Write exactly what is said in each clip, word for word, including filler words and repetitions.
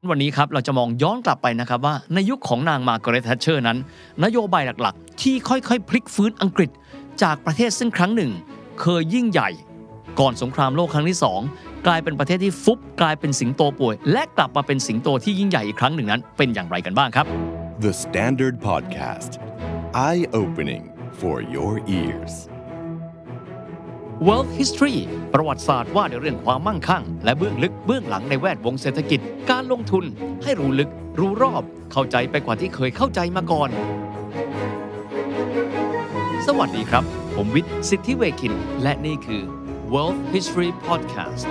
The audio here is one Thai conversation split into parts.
วันนี้ครับเราจะมองย้อนกลับไปนะครับว่าในยุคของนางมาร์กาเร็ต แธชเชอร์นั้นนโยบายหลักๆที่ค่อยๆพลิกฟื้นอังกฤษจากประเทศซึ่งครั้งหนึ่งเคยยิ่งใหญ่ก่อนสงครามโลกครั้งที่สองกลายเป็นประเทศที่ฟุบกลายเป็นสิงโตป่วยและกลับมาเป็นสิงโตที่ยิ่งใหญ่อีกครั้งหนึ่งนั้นเป็นอย่างไรกันบ้างครับ The Standard Podcast Eye-opening for your ears World History ประวัติศาสตร์ว่าด้วยเรื่องความมั่งคั่งและเบื้องลึกเบื้องหลังในแวดวงเศรษฐกิจการลงทุนให้รู้ลึกรู้รอบเข้าใจไปกว่าที่เคยเข้าใจมาก่อนสวัสดีครับผมวิทย์สิทธิเวคินและนี่คือ World History Podcast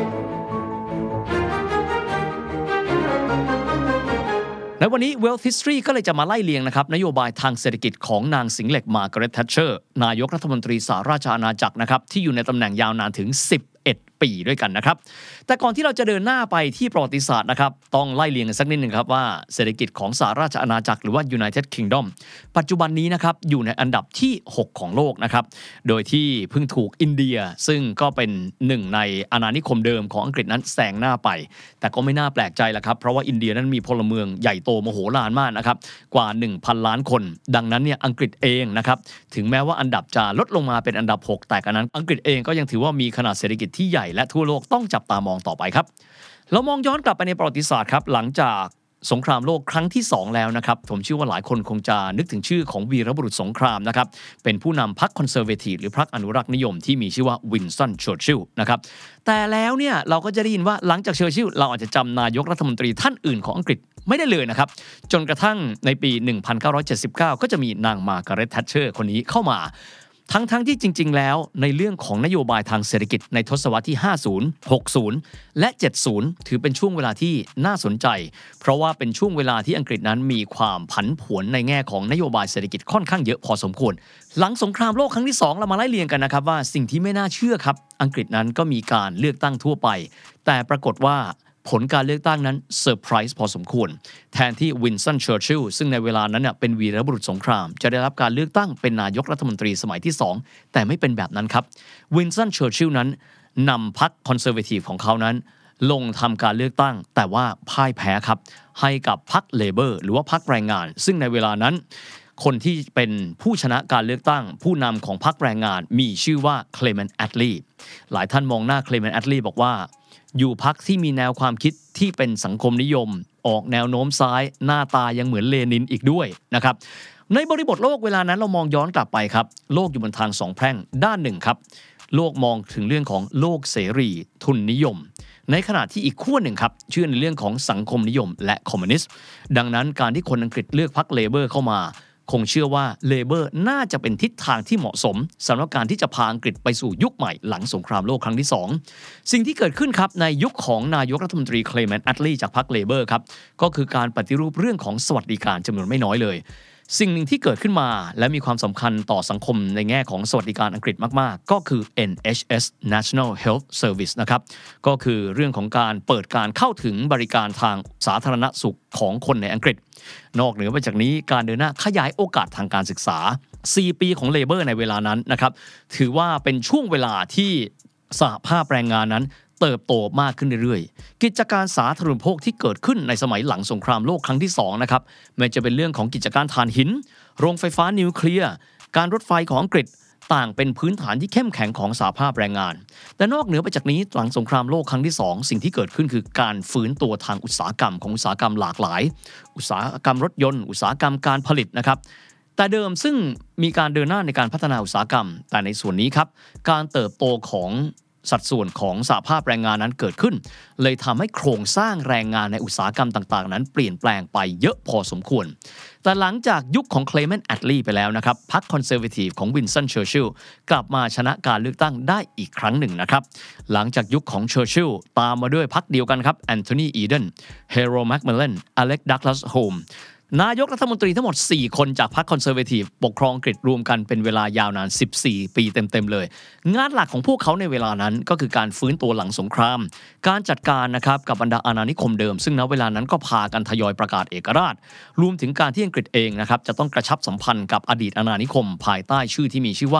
ในวันนี้ World History ก็เลยจะมาไล่เลียงนะครับนโยบายทางเศรษฐกิจของนางสิงห์เหล็กมาร์กาเร็ต แธชเชอร์นายกรัฐมนตรีสหราชอาณาจักรนะครับที่อยู่ในตำแหน่งยาวนานถึงสิบเอ็ดปีด้วยกันนะครับแต่ก่อนที่เราจะเดินหน้าไปที่ประวัติศาสตร์นะครับต้องไล่เลียงกันสักนิดนึงครับว่าเศรษฐกิจของสหราชอาณาจักรหรือว่า United Kingdom ปัจจุบันนี้นะครับอยู่ในอันดับที่หกของโลกนะครับโดยที่เพิ่งถูกอินเดียซึ่งก็เป็นหนึ่งในอาณานิคมเดิมของอังกฤษนั้นแซงหน้าไปแต่ก็ไม่น่าแปลกใจละครับเพราะว่าอินเดียนั้นมีพลเมืองใหญ่โตมโหฬารมากนะครับกว่า หนึ่งพัน ล้านคนดังนั้นเนี่ยอังกฤษเองนะครับถึงแม้ว่าอันดับจะลดลงมาเป็นอันดับหกแต่กันนั้นอังกฤษเองก็ยังถือว่ามีขนาดเศรษฐกิจที่ใหญ่และทั่วโลกต้องจับตามองต่อไปครับเรามองย้อนกลับไปในประวัติศาสตร์ครับหลังจากสงครามโลกครั้งที่สองแล้วนะครับผมเชื่อว่าหลายคนคงจะนึกถึงชื่อของวีรบุรุษสงครามนะครับเป็นผู้นำพรรคคอนเซอร์เวทีฟหรือพรรคอนุรักษ์นิยมที่มีชื่อว่าวินสตันเชอร์ชิลล์นะครับแต่แล้วเนี่ยเราก็จะได้ยินว่าหลังจากเชอร์ชิลล์เราอาจจะจำนายกรัฐมนตรีท่านอื่นของอังกฤษไม่ได้เลยนะครับจนกระทั่งในปีหนึ่งพันเก้าร้อยเจ็ดสิบเก้าก็จะมีนางมาร์กาเร็ต แธชเชอร์คนนี้เข้ามาทั้งๆ ท, ที่จริงๆแล้วในเรื่องของนโยบายทางเศรษฐกิจในทศวรรษที่ห้าสิบ หกสิบและเจ็ดสิบถือเป็นช่วงเวลาที่น่าสนใจเพราะว่าเป็นช่วงเวลาที่อังกฤษนั้นมีความผันผวนในแง่ของนโยบายเศรษฐกิจค่อนข้างเยอะพอสมควรหลังสงครามโลกครั้งที่สองเรามาไล่เรียงกันนะครับว่าสิ่งที่ไม่น่าเชื่อครับอังกฤษนั้นก็มีการเลือกตั้งทั่วไปแต่ปรากฏว่าผลการเลือกตั้งนั้นเซอร์ไพรส์พอสมควรแทนที่วินสตันเชอร์ชิลล์ซึ่งในเวลานั้นเป็นวีรบุรุษสงครามจะได้รับการเลือกตั้งเป็นนายกรัฐมนตรีสมัยที่สองแต่ไม่เป็นแบบนั้นครับวินสตันเชอร์ชิลล์นั้นนำพรรคคอนเซอร์เวทีฟของเขานั้นลงทำการเลือกตั้งแต่ว่าพ่ายแพ้ครับให้กับพรรคเลเบอร์หรือว่าพรรคแรงงานซึ่งในเวลานั้นคนที่เป็นผู้ชนะการเลือกตั้งผู้นำของพรรคแรงงานมีชื่อว่าเคลเมนต์แอตลีย์หลายท่านมองหน้าเคลเมนต์แอตลีย์บอกว่าอยู่พรรคที่มีแนวความคิดที่เป็นสังคมนิยมออกแนวโน้มซ้ายหน้าตายังเหมือนเลนินอีกด้วยนะครับในบริบทโลกเวลานั้นเรามองย้อนกลับไปครับโลกอยู่บนทางสองแพร่งด้านหนึ่งครับโลกมองถึงเรื่องของโลกเสรีทุนนิยมในขณะที่อีกขั้วหนึ่งครับเชื่อในเรื่องของสังคมนิยมและคอมมิวนิสต์ดังนั้นการที่คนอังกฤษเลือกพรรคเลเบอร์เข้ามาคงเชื่อว่าเลเบอร์น่าจะเป็นทิศทางที่เหมาะสมสำหรับการที่จะพาอังกฤษไปสู่ยุคใหม่หลังสงครามโลกครั้งที่สองสิ่งที่เกิดขึ้นครับในยุคของนายกรัฐมนตรีเคลเมนต์แอตลีย์จากพรรคเลเบอร์ครับก็คือการปฏิรูปเรื่องของสวัสดิการจำนวนไม่น้อยเลยสิ่งหนึ่งที่เกิดขึ้นมาและมีความสำคัญต่อสังคมในแง่ของสวัสดิการอังกฤษมากๆก็คือ เอ็น เอช เอส National Health Service นะครับก็คือเรื่องของการเปิดการเข้าถึงบริการทางสาธารณสุขของคนในอังกฤษนอกเหนือไปจากนี้การเดินหน้าขยายโอกาสทางการศึกษาสี่ปีของเลเบอร์ในเวลานั้นนะครับถือว่าเป็นช่วงเวลาที่สหภาพแรงงานนั้นเติบโตมากขึ้นเรื่อยๆกิจการสาธารณูปโภคที่เกิดขึ้นในสมัยหลังสงครามโลกครั้งที่สองนะครับไม่จะเป็นเรื่องของกิจการถ่านหินโรงไฟฟ้านิวเคลียร์การรถไฟของอังกฤษต่างเป็นพื้นฐานที่เข้มแข็งของสหภาพแรงงานแต่นอกเหนือไปจากนี้หลังสงครามโลกครั้งที่สองสิ่งที่เกิดขึ้นคือการฟื้นตัวทางอุตสาหกรรมของอุตสาหกรรมหลากหลายอุตสาหกรรมรถยนต์อุตสาหกรรมการผลิตนะครับแต่เดิมซึ่งมีการเดินหน้าในการพัฒนาอุตสาหกรรมแต่ในส่วนนี้ครับการเติบโตของสัดส่วนของสหภาพแรงงานนั้นเกิดขึ้นเลยทำให้โครงสร้างแรงงานในอุตสาหกรรมต่างๆนั้นเปลี่ยนแปลงไปเยอะพอสมควรแต่หลังจากยุคของเคลเมนต์แอตลีย์ไปแล้วนะครับพรรคคอนเซอร์เวทีฟของวินสตันเชอร์ชิลล์กลับมาชนะการเลือกตั้งได้อีกครั้งหนึ่งนะครับหลังจากยุคของเชอร์ชิลล์ตามมาด้วยพรรคเดียวกันครับแอนโทนีอีเดนเฮโรแมคมิลเลนอเล็กดักลัสโฮมนายกรัฐมนตรีทั้งหมดสี่คนจากพรรคคอนเซอร์เวทีฟปกครองอังกฤษรวมกันเป็นเวลายาวนานสิบสี่ปีเต็มๆเลยงานหลักของพวกเขาในเวลานั้นก็คือการฟื้นตัวหลังสงครามการจัดการนะครับกับบรรดาอาณานิคมเดิมซึ่งณเวลานั้นก็พากันทยอยประกาศเอกราชรวมถึงการที่อังกฤษเองนะครับจะต้องกระชับสัมพันธ์กับอดีตอาณานิคมภายใต้ชื่อที่มีชื่อว่า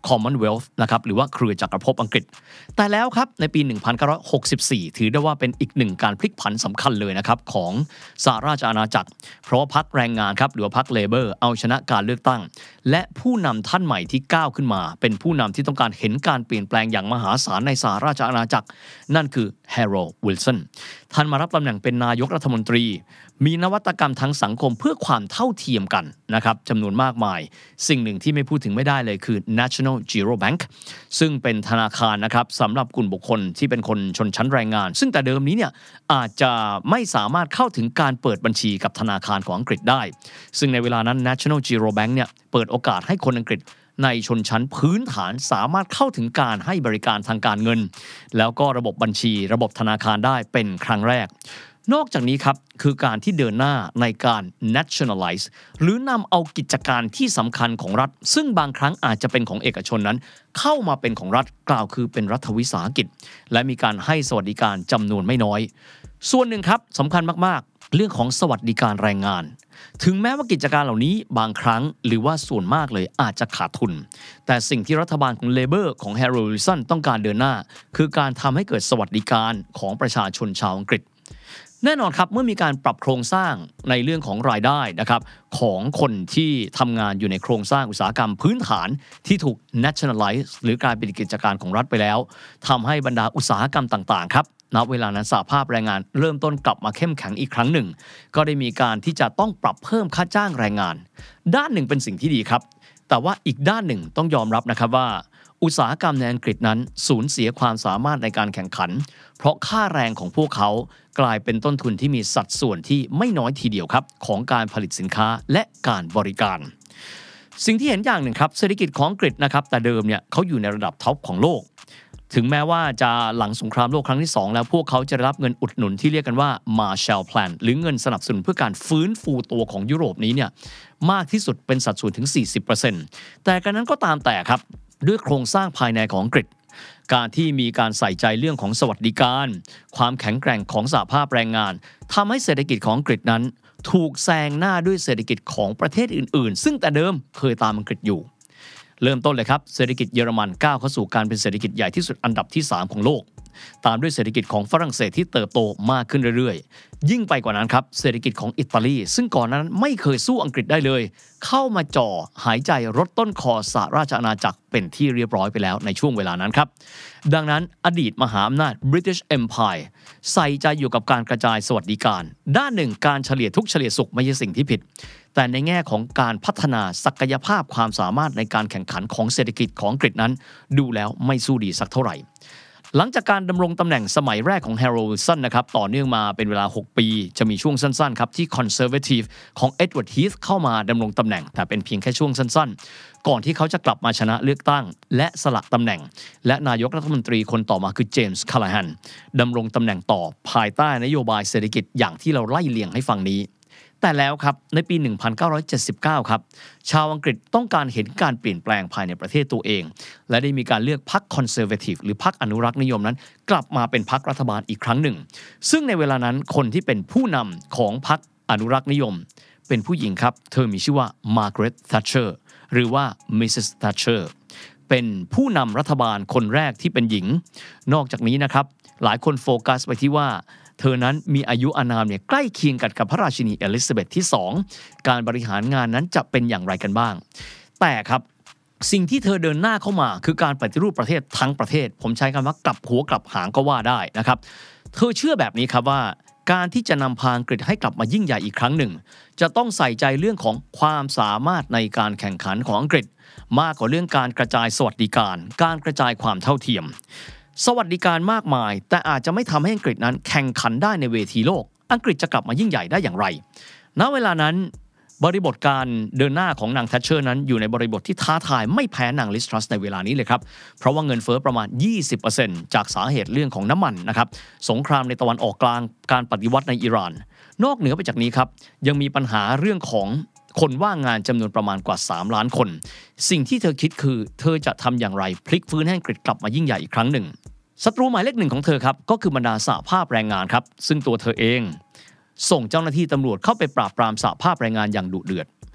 Commonwealth นะครับหรือว่าเครือจักรภพอังกฤษแต่แล้วครับในปีหนึ่งพันเก้าร้อยหกสิบสี่ถือได้ว่าเป็นอีกหนึ่งการพลิกผันสำคัญเลยนะครับของสหราชอาณาจักรเพราะว่าพรรคแรงงานครับหรือว่าพรรคเลเบอร์เอาชนะการเลือกตั้งและผู้นำท่านใหม่ที่ก้าวขึ้นมาเป็นผู้นำที่ต้องการเห็นการเปลี่ยนแปลงอย่างมหาศาลในสหราชอาณาจักรนั่นคือแฮร์โรลด์ วิลสันท่านมารับตำแหน่งเป็นนายกรัฐมนตรีมีนวัตกรรมทางสังคมเพื่อความเท่าเทียมกันนะครับจำนวนมากมายสิ่งหนึ่งที่ไม่พูดถึงไม่ได้เลยคือ National Giro Bank ซึ่งเป็นธนาคารนะครับสำหรับกลุ่มบุคคลที่เป็นคนชนชั้นแรงงานซึ่งแต่เดิมนี้เนี่ยอาจจะไม่สามารถเข้าถึงการเปิดบัญชีกับธนาคารของอังกฤษได้ซึ่งในเวลานั้น National Giro Bank เนี่ยเปิดโอกาสให้คนอังกฤษในชนชั้นพื้นฐานสามารถเข้าถึงการให้บริการทางการเงินแล้วก็ระบบบัญชีระบบธนาคารได้เป็นครั้งแรกนอกจากนี้ครับคือการที่เดินหน้าในการ nationalize หรือนำเอากิจการที่สำคัญของรัฐซึ่งบางครั้งอาจจะเป็นของเอกชนนั้นเข้ามาเป็นของรัฐกล่าวคือเป็นรัฐวิสาหกิจและมีการให้สวัสดิการจำนวนไม่น้อยส่วนหนึ่งครับสำคัญมากๆเรื่องของสวัสดิการแรงงานถึงแม้ว่ากิจการเหล่านี้บางครั้งหรือว่าส่วนมากเลยอาจจะขาดทุนแต่สิ่งที่รัฐบาลของเลเบอร์ของแฮร์โรลด์ วิลสันต้องการเดินหน้าคือการทำให้เกิดสวัสดิการของประชาชนชาวอังกฤษแน่นอนครับเมื่อมีการปรับโครงสร้างในเรื่องของรายได้นะครับของคนที่ทำงานอยู่ในโครงสร้างอุตสาหกรรมพื้นฐานที่ถูก nationalize หรือกลายเป็นกิจการของรัฐไปแล้วทำให้บรรดาอุตสาหกรรมต่างๆครับณเวลานั้นสหภาพแรงงานเริ่มต้นกลับมาเข้มแข็งอีกครั้งหนึ่งก็ได้มีการที่จะต้องปรับเพิ่มค่าจ้างแรงงานด้านหนึ่งเป็นสิ่งที่ดีครับแต่ว่าอีกด้านหนึ่งต้องยอมรับนะครับว่าอุตสาหกรรมในอังกฤษนั้นสูญเสียความสามารถในการแข่งขันเพราะค่าแรงของพวกเขากลายเป็นต้นทุนที่มีสัดส่วนที่ไม่น้อยทีเดียวครับของการผลิตสินค้าและการบริการสิ่งที่เห็นอย่างหนึ่งครับเศรษฐกิจของอังกฤษนะครับแต่เดิมเนี่ยเขาอยู่ในระดับท็อปของโลกถึงแม้ว่าจะหลังสงครามโลกครั้งที่สองแล้วพวกเขาจะได้รับเงินอุดหนุนที่เรียกกันว่า Marshall Plan หรือเงินสนับสนุนเพื่อการฟื้นฟูตัวของยุโรปนี้เนี่ยมากที่สุดเป็นสัดส่วนถึง สี่สิบเปอร์เซ็นต์ แต่กันนั้นก็ตามแต่ครับด้วยโครงสร้างภายในของอังกฤษการที่มีการใส่ใจเรื่องของสวัสดิการความแข็งแกร่งของสหภาพแรงงานทำให้เศรษฐกิจของอังกฤษนั้นถูกแซงหน้าด้วยเศรษฐกิจของประเทศอื่นๆซึ่งแต่เดิมเคยตามอังกฤษอยู่เริ่มต้นเลยครับเศรษฐกิจเยอรมันก้าวเข้าสู่การเป็นเศรษฐกิจใหญ่ที่สุดอันดับที่สามของโลกตามด้วยเศรษฐกิจของฝรั่งเศสที่เติบโตมากขึ้นเรื่อยๆยิ่งไปกว่านั้นครับเศรษฐกิจของอิตาลีซึ่งก่อนนั้นไม่เคยสู้อังกฤษได้เลยเข้ามาจ่อหายใจรถต้นคอสหราชอาณาจักรเป็นที่เรียบร้อยไปแล้วในช่วงเวลานั้นครับดังนั้นอดีตมหาอำนาจ British Empire ใส่ใจอยู่กับการกระจายสวัสดิการด้านหนึ่งการเฉลี่ยทุกเฉลี่ยสุขไม่ใช่สิ่งที่ผิดแต่ในแง่ของการพัฒนาศักยภาพความสามารถในการแข่งขันของเศรษฐกิจของอังกฤษนั้นดูแล้วไม่สู้ดีสักเท่าไหร่หลังจากการดำรงตำแหน่งสมัยแรกของแฮร์โรลด์ วิลสันนะครับต่อเนื่องมาเป็นเวลาหกปีจะมีช่วงสั้นๆครับที่คอนเซอร์เวทีฟของเอ็ดเวิร์ด ฮีธเข้ามาดำรงตำแหน่งแต่เป็นเพียงแค่ช่วงสั้นๆก่อนที่เขาจะกลับมาชนะเลือกตั้งและสละตำแหน่งและนายกรัฐมนตรีคนต่อมาคือเจมส์ คาลาแฮนดำรงตำแหน่งต่อภายใต้นโยบายเศรษฐกิจอย่างที่เราไล่เลียงให้ฟังนี้แต่แล้วครับในปีหนึ่งพันเก้าร้อยเจ็ดสิบเก้าครับชาวอังกฤษต้องการเห็นการเปลี่ยนแปลงภายในประเทศตัวเองและได้มีการเลือกพรรคคอนเซอร์เวทีฟหรือพรรคอนุรักษ์นิยมนั้นกลับมาเป็นพรรครัฐบาลอีกครั้งหนึ่งซึ่งในเวลานั้นคนที่เป็นผู้นำของพรรคอนุรักษ์นิยมเป็นผู้หญิงครับเธอมีชื่อว่ามาร์กาเร็ต แทชเชอร์หรือว่ามิสซิส แทชเชอร์เป็นผู้นำรัฐบาลคนแรกที่เป็นหญิงนอกจากนี้นะครับหลายคนโฟกัสไปที่ว่าเธอนั้นมีอายุอานามเนี่ยใกล้เคียงกันกับพระราชินีเอลิซาเบธที่สองการบริหารงานนั้นจะเป็นอย่างไรกันบ้างแต่ครับสิ่งที่เธอเดินหน้าเข้ามาคือการปฏิรูปประเทศทั้งประเทศผมใช้คำว่ากลับหัวกลับหางก็ว่าได้นะครับเธอเชื่อแบบนี้ครับว่าการที่จะนำพาอังกฤษให้กลับมายิ่งใหญ่อีกครั้งหนึ่งจะต้องใส่ใจเรื่องของความสามารถในการแข่งขันของอังกฤษมากกว่าเรื่องการกระจายสวัสดิการการกระจายความเท่าเทียมสวัสดิการมากมายแต่อาจจะไม่ทำให้อังกฤษนั้นแข่งขันได้ในเวทีโลกอังกฤษจะกลับมายิ่งใหญ่ได้อย่างไรณเวลานั้นบริบทการเดินหน้าของนางแทชเชอร์นั้นอยู่ในบริบทที่ท้าทายไม่แพ้นางลิสทรัสในเวลานี้เลยครับเพราะว่าเงินเฟ้อประมาณ ยี่สิบเปอร์เซ็นต์ จากสาเหตุเรื่องของน้ำมันนะครับสงครามในตะวันออกกลางการปฏิวัติในอิหร่านนอกเหนือไปจากนี้ครับยังมีปัญหาเรื่องของคนว่างงานจำนวนประมาณกว่าสามล้านคนสิ่งที่เธอคิดคือเธอจะทำอย่างไรพลิกฟื้นให้อังกฤษกลับมายิ่งใหญ่อีกครั้งหนึ่งศัตรูหมายเลขหนึ่งของเธอครับก็คือบรรดาสหภาพแรงงานครับซึ่งตัวเธอเองส่งเจ้าหน้าที่ตำรวจเข้าไปปราบปรามสหภาพแรงงานอย่างดุเดือด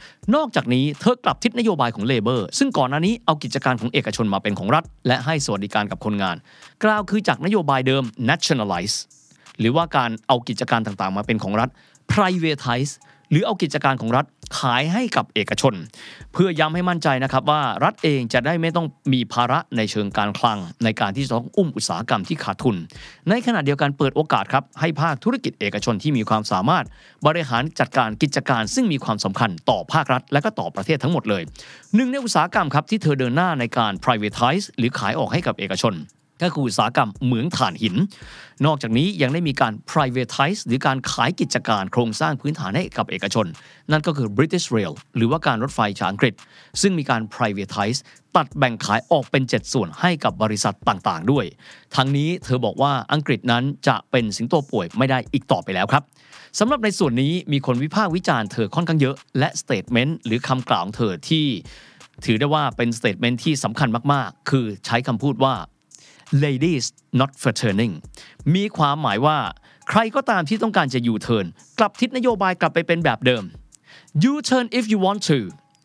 นอกจากนี้เธอกลับทิศนโยบายของเลเบอร์ซึ่งก่อนหน้านี้เอากิจการของเอกชนมาเป็นของรัฐและให้สวัสดิการกับคนงานกล่าวคือจากนโยบายเดิม nationalize หรือว่าการเอากิจการต่างๆมาเป็นของรัฐ privatize หรือเอากิจการของรัฐขายให้กับเอกชนเพื่อย้ำให้มั่นใจนะครับว่ารัฐเองจะได้ไม่ต้องมีภาระในเชิงการคลังในการที่จะต้องอุ้มอุตสาหกรรมที่ขาดทุนในขณะเดียวกันเปิดโอกาสครับให้ภาคธุรกิจเอกชนที่มีความสามารถบริหารจัดการกิจการซึ่งมีความสำคัญต่อภาครัฐและก็ต่อประเทศทั้งหมดเลยหนึ่งในอุตสาหกรรมครับที่เธอเดินหน้าในการ privatize หรือขายออกให้กับเอกชนก็คืออุตสาหกรรมเหมืองถ่านหินนอกจากนี้ยังได้มีการ privatize หรือการขายกิจการโครงสร้างพื้นฐานให้กับเอกชนนั่นก็คือ British Rail หรือว่าการรถไฟจากอังกฤษซึ่งมีการ privatize ตัดแบ่งขายออกเป็นเจ็ดส่วนให้กับบริษัทต่างๆด้วยทั้งนี้เธอบอกว่าอังกฤษนั้นจะเป็นสิงโตป่วยไม่ได้อีกต่อไปแล้วครับสำหรับในส่วนนี้มีคนวิพากษ์วิจารณ์เธอค่อนข้างเยอะและ statement หรือคำกล่าวของเธอที่ถือได้ว่าเป็น statement ที่สำคัญมากๆคือใช้คำพูดว่าladies not for turning มีความหมายว่าใครก็ตามที่ต้องการจะ U-turn กลับทิศนโยบายกลับไปเป็นแบบเดิม U-turn if you want to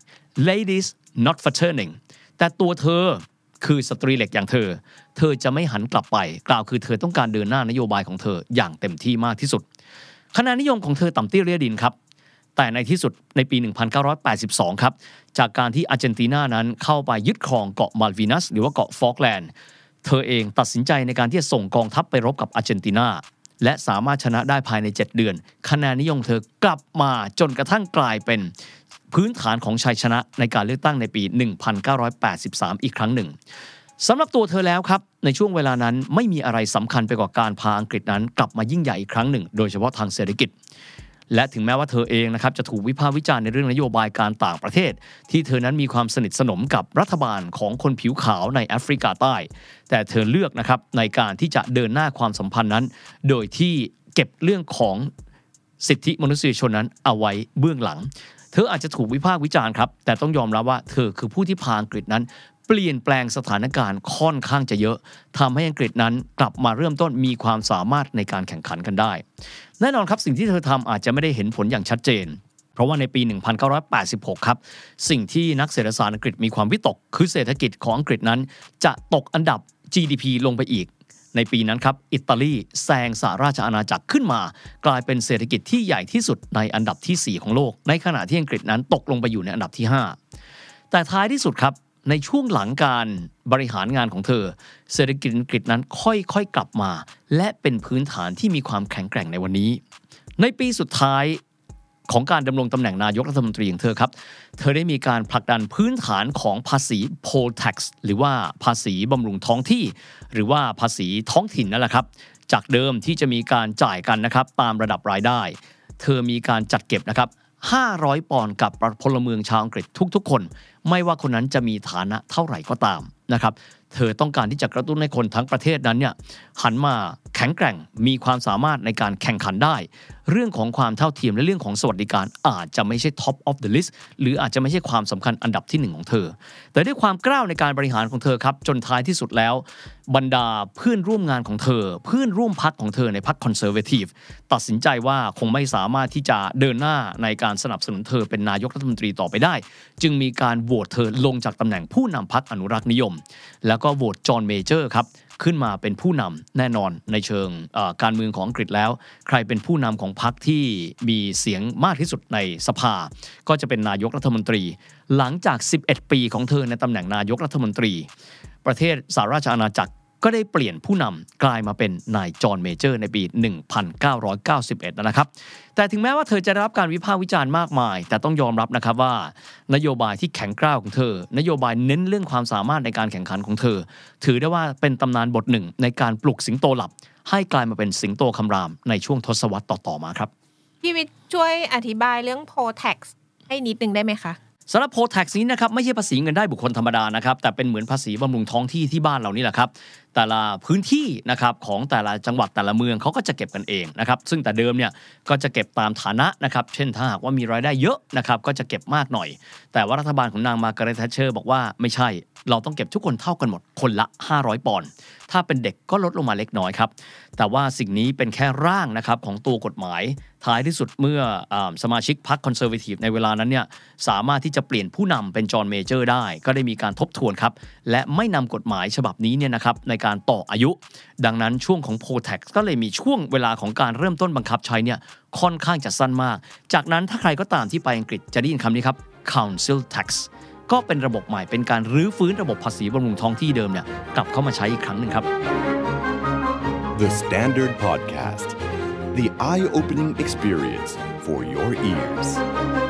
ladies not for turning แต่ตัวเธอคือสตรีเหล็กอย่างเธอเธอจะไม่หันกลับไปกล่าวคือเธอต้องการเดินหน้านโยบายของเธออย่างเต็มที่มากที่สุดคะแนนนิยมของเธอต่ำเตี้ยเรียดินครับแต่ในที่สุดในปี หนึ่งพันเก้าร้อยแปดสิบสอง ครับจากการที่อาร์เจนตินานั้นเข้าไปยึดครองเกาะมัลวินัสหรือว่าเกาะฟอล์กแลนด์เธอเองตัดสินใจในการที่จะส่งกองทัพไปรบกับอาร์เจนตินาและสามารถชนะได้ภายในเจ็ดเดือนคะแนนนิยมเธอกลับมาจนกระทั่งกลายเป็นพื้นฐานของชัยชนะในการเลือกตั้งในปี หนึ่งพันเก้าร้อยแปดสิบสาม อีกครั้งหนึ่งสำหรับตัวเธอแล้วครับในช่วงเวลานั้นไม่มีอะไรสำคัญไปกว่าการพาอังกฤษนั้นกลับมายิ่งใหญ่อีกครั้งหนึ่งโดยเฉพาะทางเศรษฐกิจและถึงแม้ว่าเธอเองนะครับจะถูกวิพากษ์วิจารณ์ในเรื่องนโยบายการต่างประเทศที่เธอนั้นมีความสนิทสนมกับรัฐบาลของคนผิวขาวในแอฟริกาใต้แต่เธอเลือกนะครับในการที่จะเดินหน้าความสัมพันธ์นั้นโดยที่เก็บเรื่องของสิทธิมนุษยชนนั้นเอาไว้เบื้องหลังเธออาจจะถูกวิพากษ์วิจารณ์ครับแต่ต้องยอมรับว่าเธอคือผู้ที่พาอังกฤษนั้นเปลี่ยนแปลงสถานการณ์ค่อนข้างจะเยอะทำให้อังกฤษนั้นกลับมาเริ่มต้นมีความสามารถในการแข่งขันกันได้แน่นอนครับสิ่งที่เธอทำอาจจะไม่ได้เห็นผลอย่างชัดเจนเพราะว่าในปี หนึ่งพันเก้าร้อยแปดสิบหก ครับสิ่งที่นักเศรษฐศาสตร์อังกฤษมีความวิตกคือเศรษฐกิจของอังกฤษนั้นจะตกอันดับ จี ดี พี ลงไปอีกในปีนั้นครับอิตาลีแซงสหราชอาณาจักรขึ้นมากลายเป็นเศรษฐกิจที่ใหญ่ที่สุดในอันดับที่สี่ของโลกในขณะที่อังกฤษนั้นตกลงไปอยู่ในอันดับที่ห้าแต่ท้ายที่สุดครับในช่วงหลังการบริหารงานของเธอเศรษฐกิจอังกฤษนั้นค่อยๆกลับมาและเป็นพื้นฐานที่มีความแข็งแกร่งในวันนี้ในปีสุดท้ายของการดำรงตำแหน่งนายกรัฐมนตรีของเธอครับเธอได้มีการผลักดันพื้นฐานของภาษี poll tax หรือว่าภาษีบำรุงท้องที่หรือว่าภาษีท้องถิ่นนั่นแหละครับจากเดิมที่จะมีการจ่ายกันนะครับตามระดับรายได้เธอมีการจัดเก็บนะครับห้าร้อยปอนด์กับพลเมืองชาวอังกฤษทุกๆคนไม่ว่าคนนั้นจะมีฐานะเท่าไหร่ก็ตามนะครับเธอต้องการที่จะกระตุ้นให้คนทั้งประเทศนั้นเนี่ยหันมาแข็งแกร่งมีความสามารถในการแข่งขันได้เรื่องของความเท่าเทียมและเรื่องของสวัสดิการอาจจะไม่ใช่ top of the list หรืออาจจะไม่ใช่ความสำคัญอันดับที่หนึ่งของเธอแต่ด้วยความกล้าในการบริหารของเธอครับจนท้ายที่สุดแล้วบรรดาเพื่อนร่วมงานของเธอเพื่อนร่วมพรรคของเธอในพรรคคอนเซอร์เวทีฟตัดสินใจว่าคงไม่สามารถที่จะเดินหน้าในการสนับสนุนเธอเป็นนายกรัฐมนตรีต่อไปได้จึงมีการโหวตเธอลงจากตำแหน่งผู้นำพรรคอนุรักษ์นิยมแล้วก็โหวตจอห์นเมเจอร์ครับขึ้นมาเป็นผู้นำแน่นอนในเชิงการเมืองของอังกฤษแล้วใครเป็นผู้นำของพรรคที่มีเสียงมากที่สุดในสภาก็จะเป็นนายกรัฐมนตรีหลังจากสิบเอ็ดปีของเธอในตำแหน่งนายกรัฐมนตรีประเทศสหราชอาณาจักรก็ได้เปลี่ยนผู้นำกลายมาเป็นนายจอห์นเมเจอร์ในปี หนึ่งพันเก้าร้อยเก้าสิบเอ็ด นะครับแต่ถึงแม้ว่าเธอจะได้รับการวิพากษ์วิจารณ์มากมายแต่ต้องยอมรับนะครับว่านโยบายที่แข็งกร้าวของเธอนโยบายเน้นเรื่องความสามารถในการแข่งขันของเธอถือได้ว่าเป็นตำนานบทหนึ่งในการปลุกสิงโตหลับให้กลายมาเป็นสิงโตคำรามในช่วงทศวรรษต่อๆมาครับพี่วิทย์ช่วยอธิบายเรื่อง poll tax ให้นิดนึงได้ไหมคะสำหรับ poll tax นี้นะครับไม่ใช่ภาษีเงินได้บุคคลธรรมดานะครับแต่เป็นเหมือนภาษีบำรุงท้องที่ที่บ้านเรานี่แหละครับแต่ละพื้นที่นะครับของแต่ละจังหวัดแต่ละเมืองเขาก็จะเก็บกันเองนะครับซึ่งแต่เดิมเนี่ยก็จะเก็บตามฐานะนะครับเช่นถ้าหากว่ามีรายได้เยอะนะครับก็จะเก็บมากหน่อยแต่ว่ารัฐบาลของนางมาร์กาเร็ต แทชเชอร์บอกว่าไม่ใช่เราต้องเก็บทุกคนเท่ากันหมดคนละห้าร้อยปอนด์ถ้าเป็นเด็กก็ลดลงมาเล็กน้อยครับแต่ว่าสิ่งนี้เป็นแค่ร่างนะครับของตัวกฎหมายท้ายที่สุดเมื่อสมาชิกพรรคคอนเซอร์เวทีฟในเวลานั้นเนี่ยสามารถที่จะเปลี่ยนผู้นำเป็นจอห์นเมเจอร์ได้ก็ได้มีการทบทวนครับและไม่นำกฎหมายฉบับนี้เนี่ยนะครับในการต่ออายุดังนั้นช่วงของ poll tax ก็เลยมีช่วงเวลาของการเริ่มต้นบังคับใช้เนี่ยค่อนข้างจะสั้นมากจากนั้นถ้าใครก็ตามที่ไปอังกฤษจะได้ยินคำนี้ครับ council tax ก็เป็นระบบใหม่เป็นการรื้อฟื้นระบบภาษีบำรุงท้องที่เดิมเนี่ยกลับเข้ามาใช้อีกครั้งหนึ่งครับ The Standard Podcast The eye-opening experience for your ears